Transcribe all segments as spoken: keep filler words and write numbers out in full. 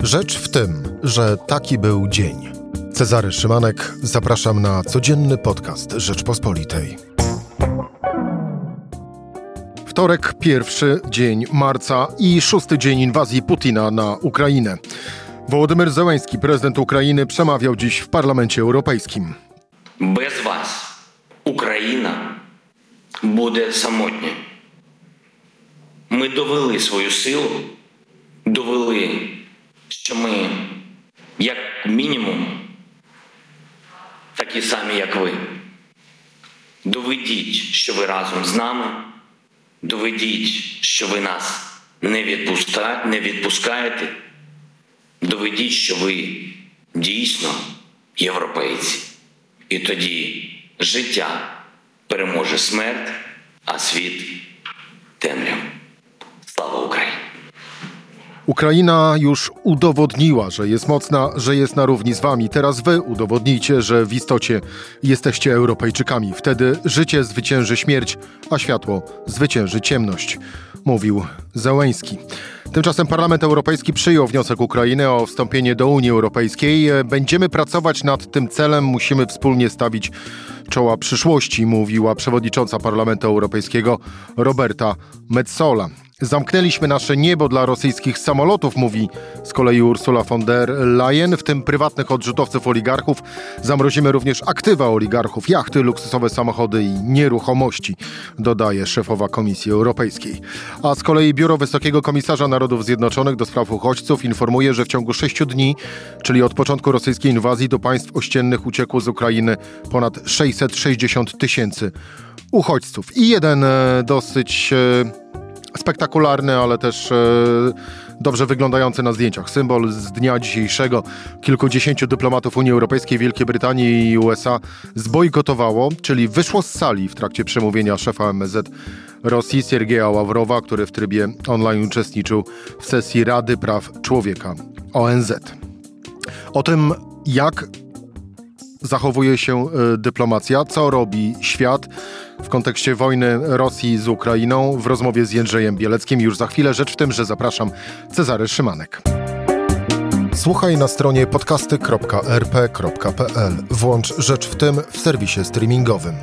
Rzecz w tym, że taki był dzień. Cezary Szymanek, zapraszam na codzienny podcast Rzeczpospolitej. Wtorek, pierwszy dzień marca i szósty dzień inwazji Putina na Ukrainę. Wołodymyr Zełenski, prezydent Ukrainy, przemawiał dziś w Parlamencie Europejskim. Bez was Україна буде самотня. Ми довели свою силу, довели, що ми, як мінімум, такі самі, як ви. Доведіть, що ви разом з нами, доведіть, що ви нас не відпуска... не відпускаєте, доведіть, що ви дійсно європейці. І тоді життя переможе смерть, а світ – темряву. Слава Україні! Ukraina już udowodniła, że jest mocna, że jest na równi z wami. Teraz wy udowodnijcie, że w istocie jesteście Europejczykami. Wtedy życie zwycięży śmierć, a światło zwycięży ciemność, mówił Zełenski. Tymczasem Parlament Europejski przyjął wniosek Ukrainy o wstąpienie do Unii Europejskiej. Będziemy pracować nad tym celem, musimy wspólnie stawić czoła przyszłości, mówiła przewodnicząca Parlamentu Europejskiego Roberta Metsola. Zamknęliśmy nasze niebo dla rosyjskich samolotów, mówi z kolei Ursula von der Leyen, w tym prywatnych odrzutowców oligarchów. Zamrozimy również aktywa oligarchów, jachty, luksusowe samochody i nieruchomości, dodaje szefowa Komisji Europejskiej. A z kolei Biuro Wysokiego Komisarza Narodów Zjednoczonych do spraw uchodźców informuje, że w ciągu sześciu dni, czyli od początku rosyjskiej inwazji, do państw ościennych uciekło z Ukrainy ponad sześćset sześćdziesiąt tysięcy uchodźców. I jeden e, dosyć... E, spektakularny, ale też e, dobrze wyglądający na zdjęciach symbol z dnia dzisiejszego. Kilkudziesięciu dyplomatów Unii Europejskiej, Wielkiej Brytanii i U S A zbojkotowało, czyli wyszło z sali w trakcie przemówienia szefa M S Z Rosji Siergieja Ławrowa, który w trybie online uczestniczył w sesji Rady Praw Człowieka O N Z. O tym, jak zachowuje się y, dyplomacja, co robi świat w kontekście wojny Rosji z Ukrainą, w rozmowie z Jędrzejem Bieleckim już za chwilę. Rzecz w tym, że zapraszam, Cezary Szymanek. Słuchaj na stronie podcasty kropka r p kropka p l. Włącz Rzecz w tym w serwisie streamingowym.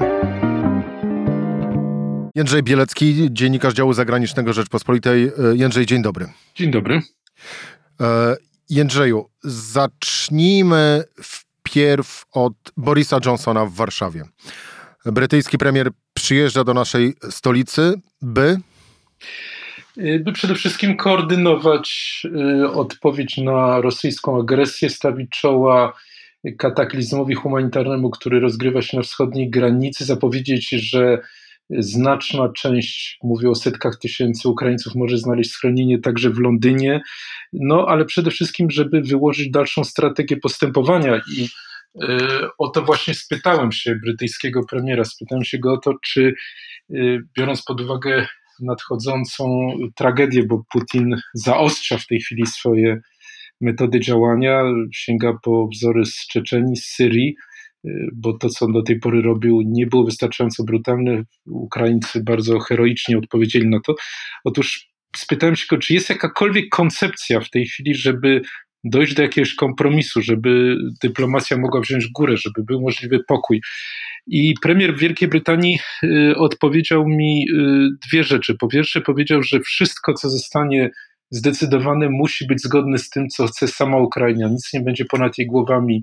Jędrzej Bielecki, dziennikarz działu zagranicznego Rzeczpospolitej. Jędrzej, dzień dobry. Dzień dobry. E, Jędrzeju, zacznijmy wpierw od Borisa Johnsona w Warszawie. Brytyjski premier przyjeżdża do naszej stolicy, by... By przede wszystkim koordynować odpowiedź na rosyjską agresję, stawić czoła kataklizmowi humanitarnemu, który rozgrywa się na wschodniej granicy, zapowiedzieć, że znaczna część, mówię o setkach tysięcy Ukraińców, może znaleźć schronienie także w Londynie, no ale przede wszystkim, żeby wyłożyć dalszą strategię postępowania. I o to właśnie spytałem się brytyjskiego premiera, spytałem się go o to, czy biorąc pod uwagę nadchodzącą tragedię, bo Putin zaostrza w tej chwili swoje metody działania, sięga po wzory z Czeczenii, z Syrii, bo to, co on do tej pory robił, nie było wystarczająco brutalne. Ukraińcy bardzo heroicznie odpowiedzieli na to. Otóż spytałem się go, czy jest jakakolwiek koncepcja w tej chwili, żeby dojść do jakiegoś kompromisu, żeby dyplomacja mogła wziąć górę, żeby był możliwy pokój. I premier Wielkiej Brytanii y, odpowiedział mi y, dwie rzeczy. Po pierwsze powiedział, że wszystko, co zostanie zdecydowane, musi być zgodne z tym, co chce sama Ukraina. Nic nie będzie ponad jej głowami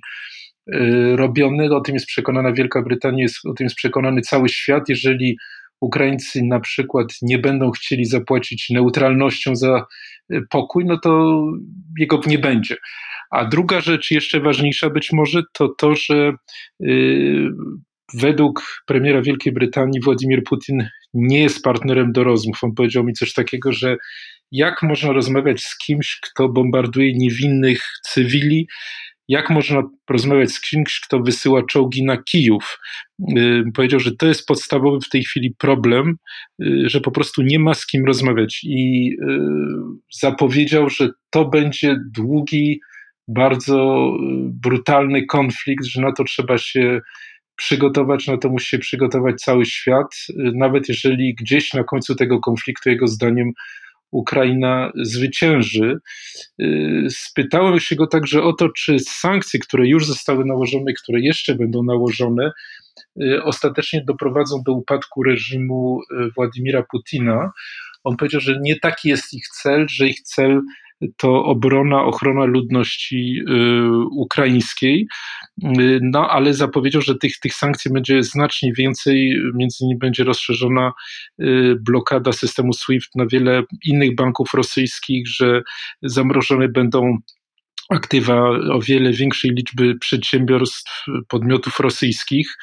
y, robione. O tym jest przekonana Wielka Brytania, jest, o tym jest przekonany cały świat. Jeżeli Ukraińcy na przykład nie będą chcieli zapłacić neutralnością za pokój, no to jego nie będzie. A druga rzecz, jeszcze ważniejsza być może, to to, że yy, według premiera Wielkiej Brytanii Władimir Putin nie jest partnerem do rozmów. On powiedział mi coś takiego, że jak można rozmawiać z kimś, kto bombarduje niewinnych cywili, jak można rozmawiać z kimś, kto wysyła czołgi na Kijów. Yy, powiedział, że to jest podstawowy w tej chwili problem, yy, że po prostu nie ma z kim rozmawiać. I yy, zapowiedział, że to będzie długi, bardzo brutalny konflikt, że na to trzeba się przygotować, na to musi się przygotować cały świat, nawet jeżeli gdzieś na końcu tego konfliktu, jego zdaniem, Ukraina zwycięży. Spytałem się go także o to, czy sankcje, które już zostały nałożone, które jeszcze będą nałożone, ostatecznie doprowadzą do upadku reżimu Władimira Putina. On powiedział, że nie taki jest ich cel, że ich cel to obrona, ochrona ludności ukraińskiej, no ale zapowiedział, że tych, tych sankcji będzie znacznie więcej, między innymi będzie rozszerzona blokada systemu SWIFT na wiele innych banków rosyjskich, że zamrożone będą aktywa o wiele większej liczby przedsiębiorstw, podmiotów rosyjskich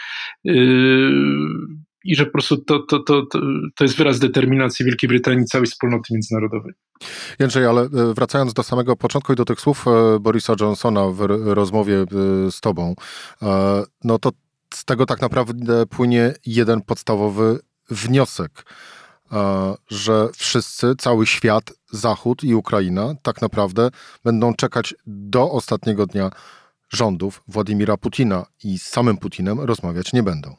i że po prostu to, to, to, to jest wyraz determinacji Wielkiej Brytanii i całej wspólnoty międzynarodowej. Jędrzej, ale wracając do samego początku i do tych słów Borisa Johnsona w rozmowie z tobą, no to z tego tak naprawdę płynie jeden podstawowy wniosek, że wszyscy, cały świat, Zachód i Ukraina tak naprawdę będą czekać do ostatniego dnia rządów Władimira Putina i z samym Putinem rozmawiać nie będą.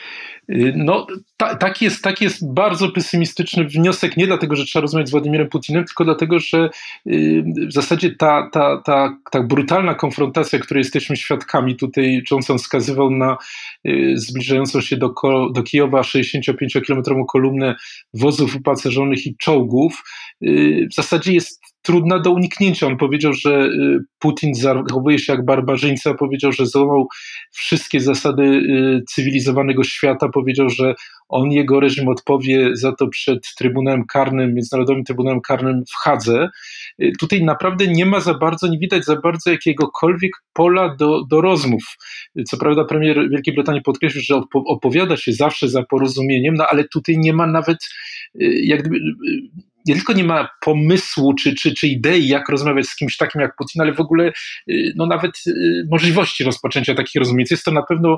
No, ta, taki, jest, taki jest bardzo pesymistyczny wniosek, nie dlatego, że trzeba rozmawiać z Władimirem Putinem, tylko dlatego, że y, w zasadzie ta, ta, ta, ta brutalna konfrontacja, której jesteśmy świadkami, tutaj Johnson wskazywał na y, zbliżającą się do, do Kijowa sześćdziesięciopięciokilometrową kolumnę wozów wyposażonych i czołgów, y, w zasadzie jest trudna do uniknięcia. On powiedział, że Putin zachowuje się jak barbarzyńca, powiedział, że złamał wszystkie zasady cywilizowanego świata, powiedział, że on, jego reżim odpowie za to przed Trybunałem Karnym, Międzynarodowym Trybunałem Karnym w Hadze. Tutaj naprawdę nie ma za bardzo, nie widać za bardzo jakiegokolwiek pola do, do rozmów. Co prawda premier Wielkiej Brytanii podkreślił, że opowiada się zawsze za porozumieniem, no ale tutaj nie ma nawet jak gdyby nie tylko nie ma pomysłu czy, czy, czy idei, jak rozmawiać z kimś takim jak Putin, ale w ogóle no, nawet możliwości rozpoczęcia takich rozmów. Jest to na pewno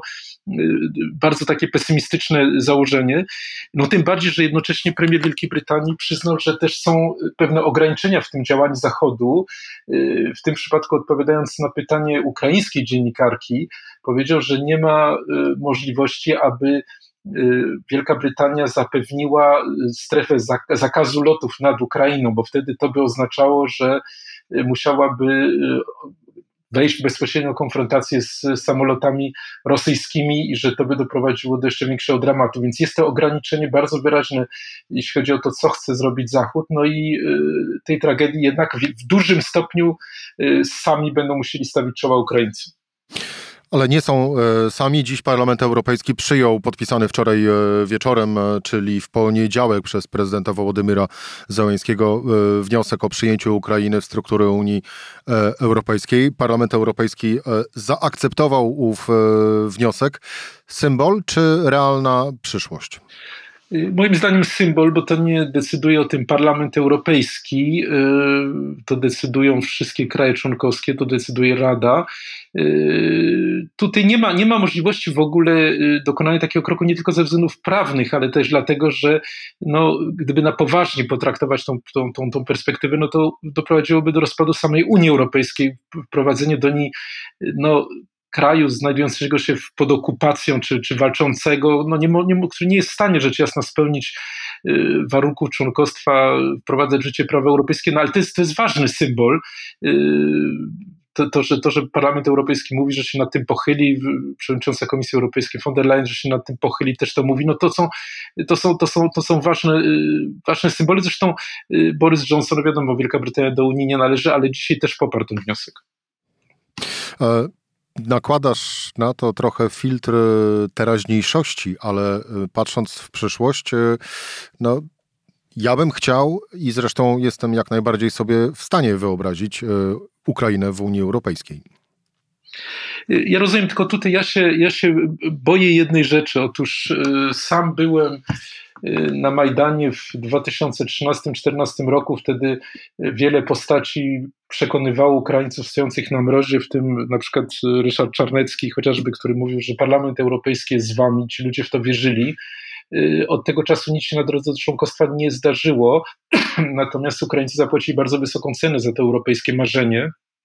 bardzo takie pesymistyczne założenie. No tym bardziej, że jednocześnie premier Wielkiej Brytanii przyznał, że też są pewne ograniczenia w tym działaniu Zachodu. W tym przypadku, odpowiadając na pytanie ukraińskiej dziennikarki, powiedział, że nie ma możliwości, aby Wielka Brytania zapewniła strefę zakazu lotów nad Ukrainą, bo wtedy to by oznaczało, że musiałaby wejść w bezpośrednią konfrontację z samolotami rosyjskimi i że to by doprowadziło do jeszcze większego dramatu. Więc jest to ograniczenie bardzo wyraźne, jeśli chodzi o to, co chce zrobić Zachód. No i tej tragedii jednak w dużym stopniu sami będą musieli stawić czoła Ukraińcy. Ale nie są e, sami. Dziś Parlament Europejski przyjął podpisany wczoraj e, wieczorem, e, czyli w poniedziałek przez prezydenta Wołodymyra Zełenskiego e, wniosek o przyjęciu Ukrainy w struktury Unii e, Europejskiej. Parlament Europejski e, zaakceptował ów e, wniosek. Symbol czy realna przyszłość? Moim zdaniem symbol, bo to nie decyduje o tym Parlament Europejski, to decydują wszystkie kraje członkowskie, to decyduje Rada. Tutaj nie ma, nie ma możliwości w ogóle dokonania takiego kroku nie tylko ze względów prawnych, ale też dlatego, że no, gdyby na poważnie potraktować tą, tą, tą, tą perspektywę, no to doprowadziłoby do rozpadu samej Unii Europejskiej, wprowadzenie do niej no, kraju znajdującego się pod okupacją czy, czy walczącego, no nie, nie, który nie jest w stanie rzecz jasna spełnić y, warunków członkostwa, wprowadzać w życie prawa europejskie, no ale to jest, to jest ważny symbol. Y, to, to, że, to, że Parlament Europejski mówi, że się nad tym pochyli, przewodnicząca Komisji Europejskiej von der Leyen, że się nad tym pochyli, też to mówi, no to są, to są, to są, to są ważne, y, ważne symbole. Zresztą y, Boris Johnson, wiadomo, Wielka Brytania do Unii nie należy, ale dzisiaj też poparł ten wniosek. E- Nakładasz na to trochę filtr teraźniejszości, ale patrząc w przyszłość, no ja bym chciał i zresztą jestem jak najbardziej sobie w stanie wyobrazić Ukrainę w Unii Europejskiej. Ja rozumiem, tylko tutaj ja się, ja się boję jednej rzeczy. Otóż sam byłem na Majdanie w dwa tysiące trzynastym czternastym roku. Wtedy wiele postaci przekonywało Ukraińców stojących na mrozie, w tym na przykład Ryszard Czarnecki chociażby, który mówił, że Parlament Europejski jest z wami. Ci ludzie w to wierzyli. Od tego czasu nic się na drodze do członkostwa nie zdarzyło, natomiast Ukraińcy zapłacili bardzo wysoką cenę za to europejskie marzenie.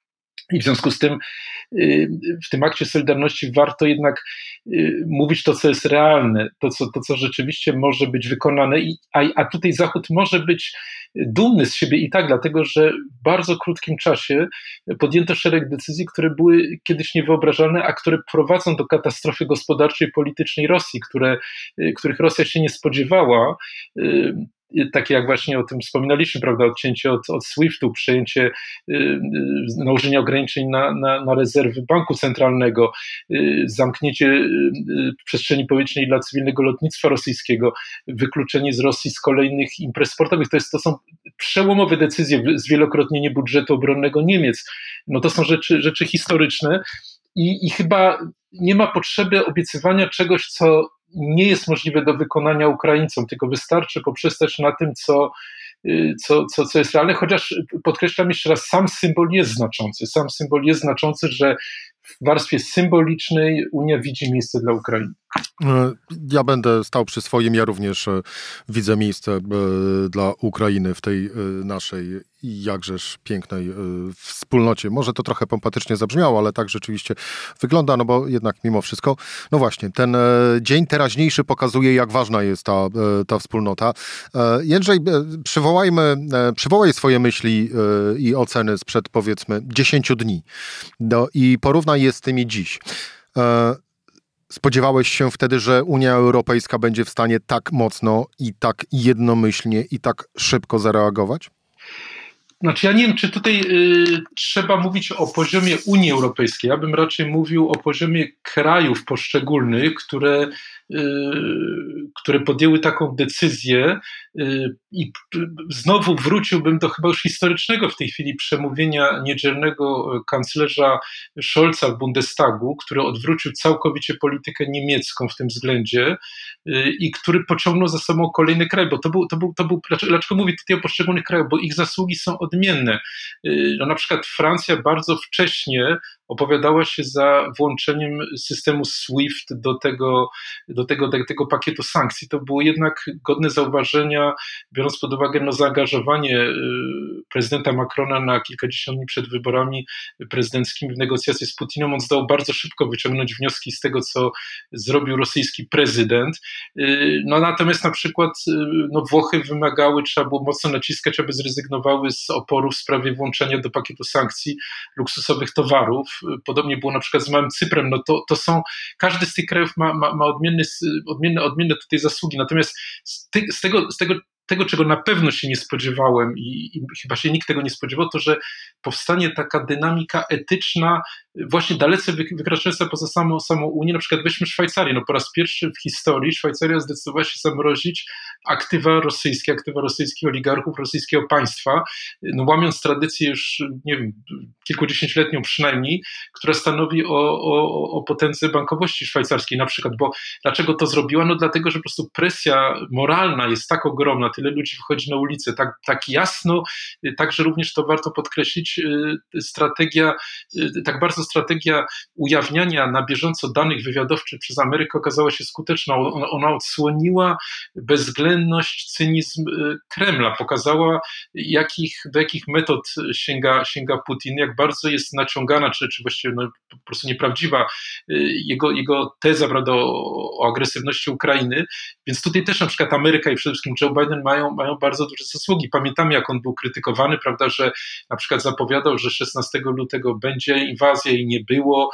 I w związku z tym w tym akcie solidarności warto jednak mówić to, co jest realne, to, co, to, co rzeczywiście może być wykonane, a, a tutaj Zachód może być dumny z siebie i tak, dlatego że w bardzo krótkim czasie podjęto szereg decyzji, które były kiedyś niewyobrażalne, a które prowadzą do katastrofy gospodarczej i politycznej Rosji, które, których Rosja się nie spodziewała. Takie jak właśnie o tym wspominaliśmy, prawda, odcięcie od, od swiftu, przejęcie, y, nałożenie ograniczeń na, na, na rezerwy banku centralnego, y, zamknięcie y, przestrzeni powietrznej dla cywilnego lotnictwa rosyjskiego, wykluczenie z Rosji z kolejnych imprez sportowych. To, jest, to są przełomowe decyzje, zwielokrotnienie budżetu obronnego Niemiec. No to są rzeczy, rzeczy historyczne i, i chyba nie ma potrzeby obiecywania czegoś, co nie jest możliwe do wykonania Ukraińcom, tylko wystarczy poprzestać na tym, co, co, co, co jest realne, chociaż podkreślam jeszcze raz, sam symbol jest znaczący. Sam symbol jest znaczący, że w warstwie symbolicznej Unia widzi miejsce dla Ukrainy. Ja będę stał przy swoim, ja również widzę miejsce dla Ukrainy w tej naszej jakżeż pięknej wspólnocie. Może to trochę pompatycznie zabrzmiało, ale tak rzeczywiście wygląda, no bo jednak mimo wszystko, no właśnie, ten dzień teraźniejszy pokazuje, jak ważna jest ta, ta wspólnota. Jędrzej, przywołajmy, przywołaj swoje myśli i oceny sprzed powiedzmy dziesięciu dni no, i porównaj je z tymi dziś. Spodziewałeś się wtedy, że Unia Europejska będzie w stanie tak mocno i tak jednomyślnie i tak szybko zareagować? Znaczy ja nie wiem, czy tutaj y, trzeba mówić o poziomie Unii Europejskiej. Ja bym raczej mówił o poziomie krajów poszczególnych, które, y, które podjęły taką decyzję y, i znowu wróciłbym do chyba już historycznego w tej chwili przemówienia niedzielnego kanclerza Scholza w Bundestagu, który odwrócił całkowicie politykę niemiecką w tym względzie y, i który pociągnął za sobą kolejny kraj, bo to był, to był, to był dlaczego, dlaczego mówię tutaj o poszczególnych krajach, bo ich zasługi są odmienne. No, na przykład Francja bardzo wcześnie opowiadała się za włączeniem systemu SWIFT do tego, do tego, do tego pakietu sankcji. To było jednak godne zauważenia, biorąc pod uwagę no, zaangażowanie prezydenta Macrona na kilkadziesiąt dni przed wyborami prezydenckimi w negocjacje z Putinem. On zdał bardzo szybko wyciągnąć wnioski z tego, co zrobił rosyjski prezydent. No, natomiast na przykład no, Włochy wymagały, trzeba było mocno naciskać, aby zrezygnowały z oporu w sprawie włączenia do pakietu sankcji luksusowych towarów. Podobnie było na przykład z małym Cyprem. No to, to są, każdy z tych krajów ma, ma, ma odmienne, odmienne, odmienne tutaj zasługi. Natomiast z, ty, z tego, z tego Tego, czego na pewno się nie spodziewałem i, i chyba się nikt tego nie spodziewał, to że powstanie taka dynamika etyczna, właśnie dalece wykraczająca poza samą, samą Unię. Na przykład weźmy Szwajcarię. No po raz pierwszy w historii Szwajcaria zdecydowała się zamrozić aktywa rosyjskie, aktywa rosyjskich oligarchów, rosyjskiego państwa, no łamiąc tradycję już, nie wiem, kilkudziesięcioletnią przynajmniej, która stanowi o, o, o potędze bankowości szwajcarskiej na przykład. Bo dlaczego to zrobiła? No dlatego, że po prostu presja moralna jest tak ogromna, tyle ludzi wychodzi na ulicę, tak, tak jasno, także również to warto podkreślić, strategia, tak bardzo strategia ujawniania na bieżąco danych wywiadowczych przez Amerykę okazała się skuteczna. Ona, ona odsłoniła bezwzględność, cynizm Kremla, pokazała jakich, do jakich metod sięga, sięga Putin, jak bardzo jest naciągana, czy, czy właściwie no, po prostu nieprawdziwa jego, jego teza, prawda, o, o agresywności Ukrainy, więc tutaj też na przykład Ameryka i przede wszystkim Joe Biden mają, mają bardzo duże zasługi. Pamiętamy, jak on był krytykowany, prawda, że na przykład zapowiadał, że szesnastego lutego będzie inwazja i nie było,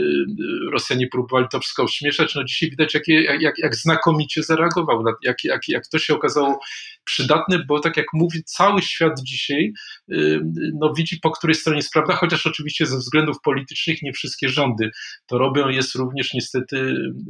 Rosjanie próbowali to wszystko ośmieszać. No dzisiaj widać, jak, jak, jak znakomicie zareagował, jak, jak, jak to się okazało przydatne, bo tak jak mówi, cały świat dzisiaj no, widzi, po której stronie jest prawda, chociaż oczywiście ze względów politycznych nie wszystkie rządy to robią. Jest również niestety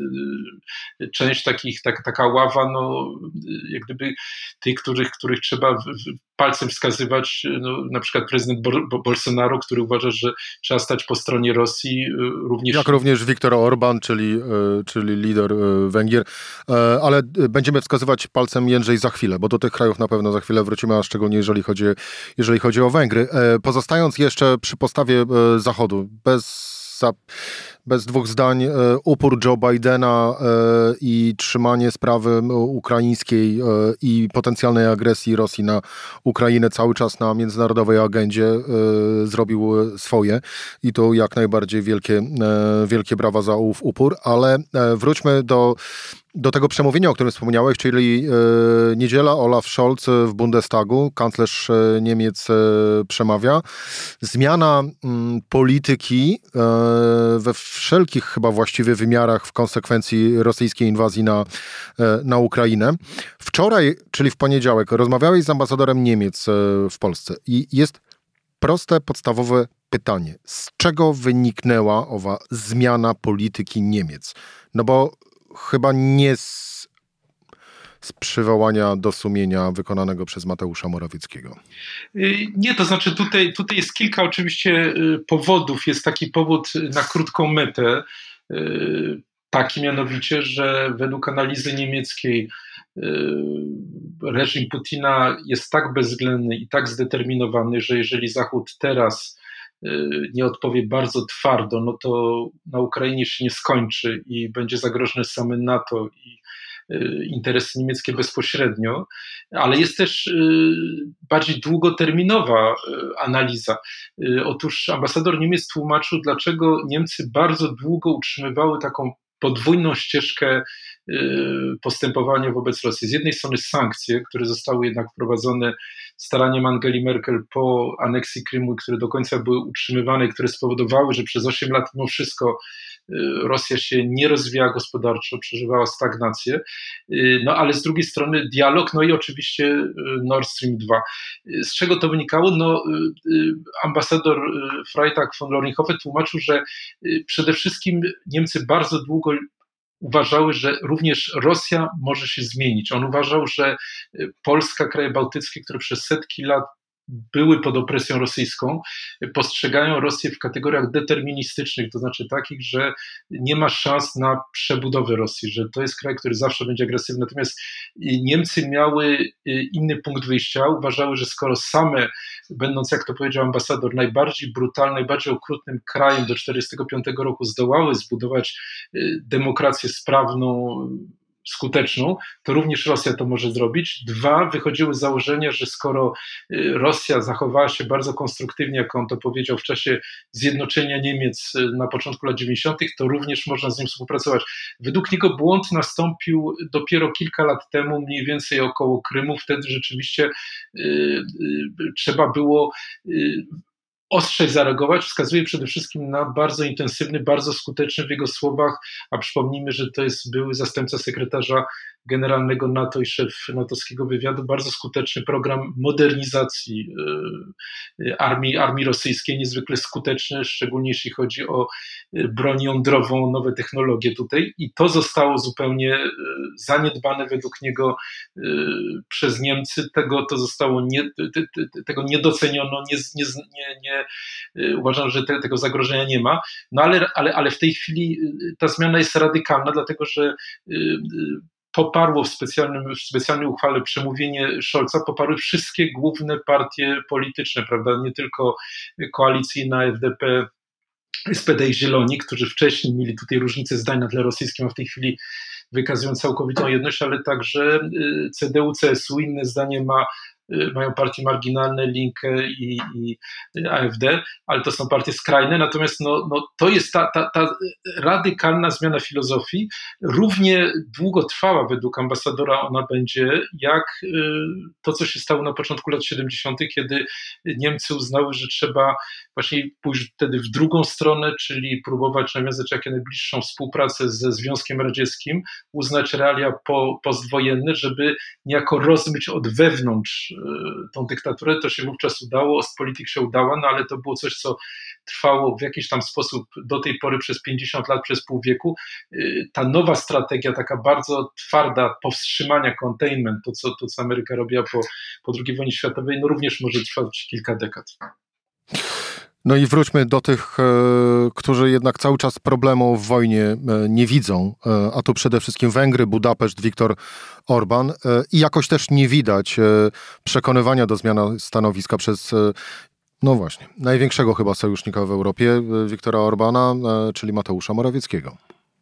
część takich, tak, taka ława, no, jak gdyby tych, których, których trzeba palcem wskazywać, no, na przykład prezydent Bolsonaro, który uważa, że trzeba stać po stronie Rosji. Również... Jak również Viktor Orban, czyli, czyli lider Węgier. Ale będziemy wskazywać palcem Jędrzej za chwilę, bo do tych krajów na pewno za chwilę wrócimy, a szczególnie jeżeli chodzi, jeżeli chodzi o Węgry. Pozostając jeszcze przy postawie Zachodu, bez... bez dwóch zdań, upór Joe Bidena i trzymanie sprawy ukraińskiej i potencjalnej agresji Rosji na Ukrainę cały czas na międzynarodowej agendzie zrobił swoje i tu jak najbardziej wielkie, wielkie brawa za ów upór, ale wróćmy do Do tego przemówienia, o którym wspomniałeś, czyli e, niedziela, Olaf Scholz w Bundestagu, kanclerz e, Niemiec e, przemawia. Zmiana m, polityki e, we wszelkich chyba właściwie wymiarach w konsekwencji rosyjskiej inwazji na, e, na Ukrainę. Wczoraj, czyli w poniedziałek, rozmawiałeś z ambasadorem Niemiec e, w Polsce i jest proste, podstawowe pytanie. Z czego wyniknęła owa zmiana polityki Niemiec? No bo chyba nie z, z przywołania do sumienia wykonanego przez Mateusza Morawieckiego. Nie, to znaczy tutaj, tutaj jest kilka oczywiście powodów. Jest taki powód na krótką metę, taki mianowicie, że według analizy niemieckiej reżim Putina jest tak bezwzględny i tak zdeterminowany, że jeżeli Zachód teraz nie odpowie bardzo twardo, no to na Ukrainie się nie skończy i będzie zagrożone same NATO i interesy niemieckie bezpośrednio, ale jest też bardziej długoterminowa analiza. Otóż ambasador Niemiec tłumaczył, dlaczego Niemcy bardzo długo utrzymywały taką podwójną ścieżkę postępowania wobec Rosji. Z jednej strony sankcje, które zostały jednak wprowadzone staraniem Angeli Merkel po aneksji Krymu, które do końca były utrzymywane, które spowodowały, że przez osiem lat mimo wszystko Rosja się nie rozwijała gospodarczo, przeżywała stagnację, no ale z drugiej strony dialog, no i oczywiście Nord Stream dwa. Z czego to wynikało? No ambasador Freitag von Loringhofe tłumaczył, że przede wszystkim Niemcy bardzo długo uważały, że również Rosja może się zmienić. On uważał, że Polska, kraje bałtyckie, które przez setki lat były pod opresją rosyjską, postrzegają Rosję w kategoriach deterministycznych, to znaczy takich, że nie ma szans na przebudowę Rosji, że to jest kraj, który zawsze będzie agresywny. Natomiast Niemcy miały inny punkt wyjścia, uważały, że skoro same, będąc, jak to powiedział ambasador, najbardziej brutalnym, najbardziej okrutnym krajem do tysiąc dziewięćset czterdziestego piątego roku zdołały zbudować demokrację sprawną, skuteczną, to również Rosja to może zrobić. Dwa, wychodziły z założenia, że skoro Rosja zachowała się bardzo konstruktywnie, jak on to powiedział, w czasie zjednoczenia Niemiec na początku lat dziewięćdziesiątych, to również można z nim współpracować. Według niego błąd nastąpił dopiero kilka lat temu, mniej więcej około Krymu. Wtedy rzeczywiście y, y, trzeba było y, ostrzej zareagować, wskazuje przede wszystkim na bardzo intensywny, bardzo skuteczny w jego słowach, a przypomnijmy, że to jest były zastępca sekretarza generalnego NATO i szef natowskiego wywiadu, bardzo skuteczny program modernizacji armii, armii rosyjskiej, niezwykle skuteczny, szczególnie jeśli chodzi o broń jądrową, nowe technologie tutaj i to zostało zupełnie zaniedbane według niego przez Niemcy, tego to zostało nie, tego nie doceniono, nie, nie, nie, nie uważam, że te, tego zagrożenia nie ma, no ale, ale, ale w tej chwili ta zmiana jest radykalna, dlatego że poparło w, specjalnym, w specjalnej uchwale przemówienie Scholza, poparły wszystkie główne partie polityczne, prawda, nie tylko koalicyjna F D P, S P D i Zieloni, którzy wcześniej mieli tutaj różnice zdań na tle rosyjskim, a w tej chwili wykazują całkowitą jedność, ale także C D U, C S U, inne zdanie ma mają partie marginalne, Linke i, i A F D, ale to są partie skrajne, natomiast no, no, to jest ta, ta, ta radykalna zmiana filozofii, równie długo trwała według ambasadora ona będzie, jak to, co się stało na początku lat siedemdziesiątych, kiedy Niemcy uznały, że trzeba właśnie pójść wtedy w drugą stronę, czyli próbować nawiązać jak najbliższą współpracę ze Związkiem Radzieckim, uznać realia po, postwojenne, żeby niejako rozmyć od wewnątrz tą dyktaturę. To się wówczas udało, Ostpolitik się udała, no ale to było coś, co trwało w jakiś tam sposób do tej pory przez pięćdziesiąt lat, przez pół wieku. Ta nowa strategia, taka bardzo twarda powstrzymania, containment, to co, to co Ameryka robiła po, po drugiej wojnie światowej, no również może trwać kilka dekad. No i wróćmy do tych, którzy jednak cały czas problemu w wojnie nie widzą, a tu przede wszystkim Węgry, Budapeszt, Viktor Orban i jakoś też nie widać przekonywania do zmiany stanowiska przez No właśnie. Największego chyba sojusznika w Europie, Viktora Orbana, czyli Mateusza Morawieckiego.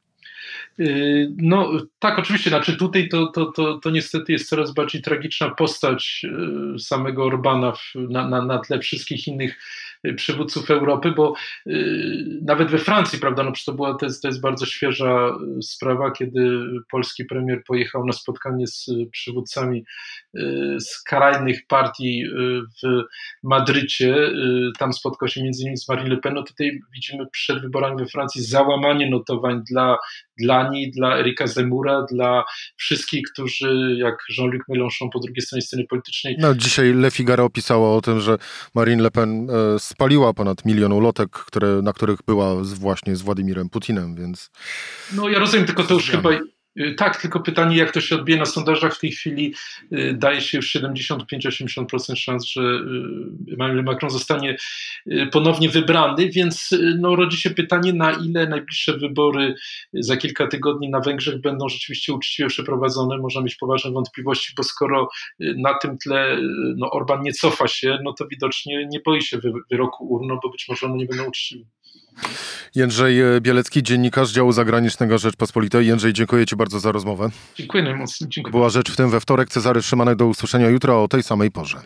No tak, oczywiście, znaczy tutaj to, to, to, to niestety jest coraz bardziej tragiczna postać samego Orbana w, na, na, na tle wszystkich innych przywódców Europy, bo y, nawet we Francji, prawda, no to, była, to, jest, to jest bardzo świeża sprawa, kiedy polski premier pojechał na spotkanie z przywódcami y, skrajnych partii y, w Madrycie, y, tam spotkał się między innymi z Marine Le Pen. No tutaj widzimy przed wyborami we Francji załamanie notowań dla, dla niej, dla Erika Zemmoura, dla wszystkich, którzy jak Jean-Luc Mélenchon po drugiej stronie sceny politycznej. No dzisiaj Le Figaro pisało o tym, że Marine Le Pen e, spaliła ponad milion ulotek, które, na których była z, właśnie z Władimirem Putinem, więc... No ja rozumiem, tylko to już chyba... Tak, tylko pytanie, jak to się odbije na sondażach. W tej chwili daje się już siedemdziesiąt pięć do osiemdziesięciu procent szans, że Emmanuel Macron zostanie ponownie wybrany, więc no, rodzi się pytanie, na ile najbliższe wybory za kilka tygodni na Węgrzech będą rzeczywiście uczciwie przeprowadzone. Można mieć poważne wątpliwości, bo skoro na tym tle no, Orban nie cofa się, no to widocznie nie boi się wyroku urn, no, bo być może one nie będą uczciwe. Jędrzej Bielecki, dziennikarz działu zagranicznego Rzeczpospolitej. Jędrzej, dziękuję Ci bardzo za rozmowę. Dziękuję najmocniej. Dziękuję. Była Rzecz w tym we wtorek. Cezary Szymanek, do usłyszenia jutro o tej samej porze.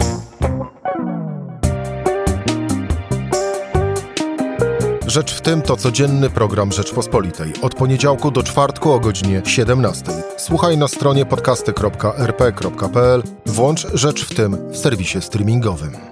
Rzecz w tym to codzienny program Rzeczpospolitej. Od poniedziałku do czwartku o godzinie siedemnastej. Słuchaj na stronie podcasty kropka er pe kropka pe el. Włącz Rzecz w tym w serwisie streamingowym.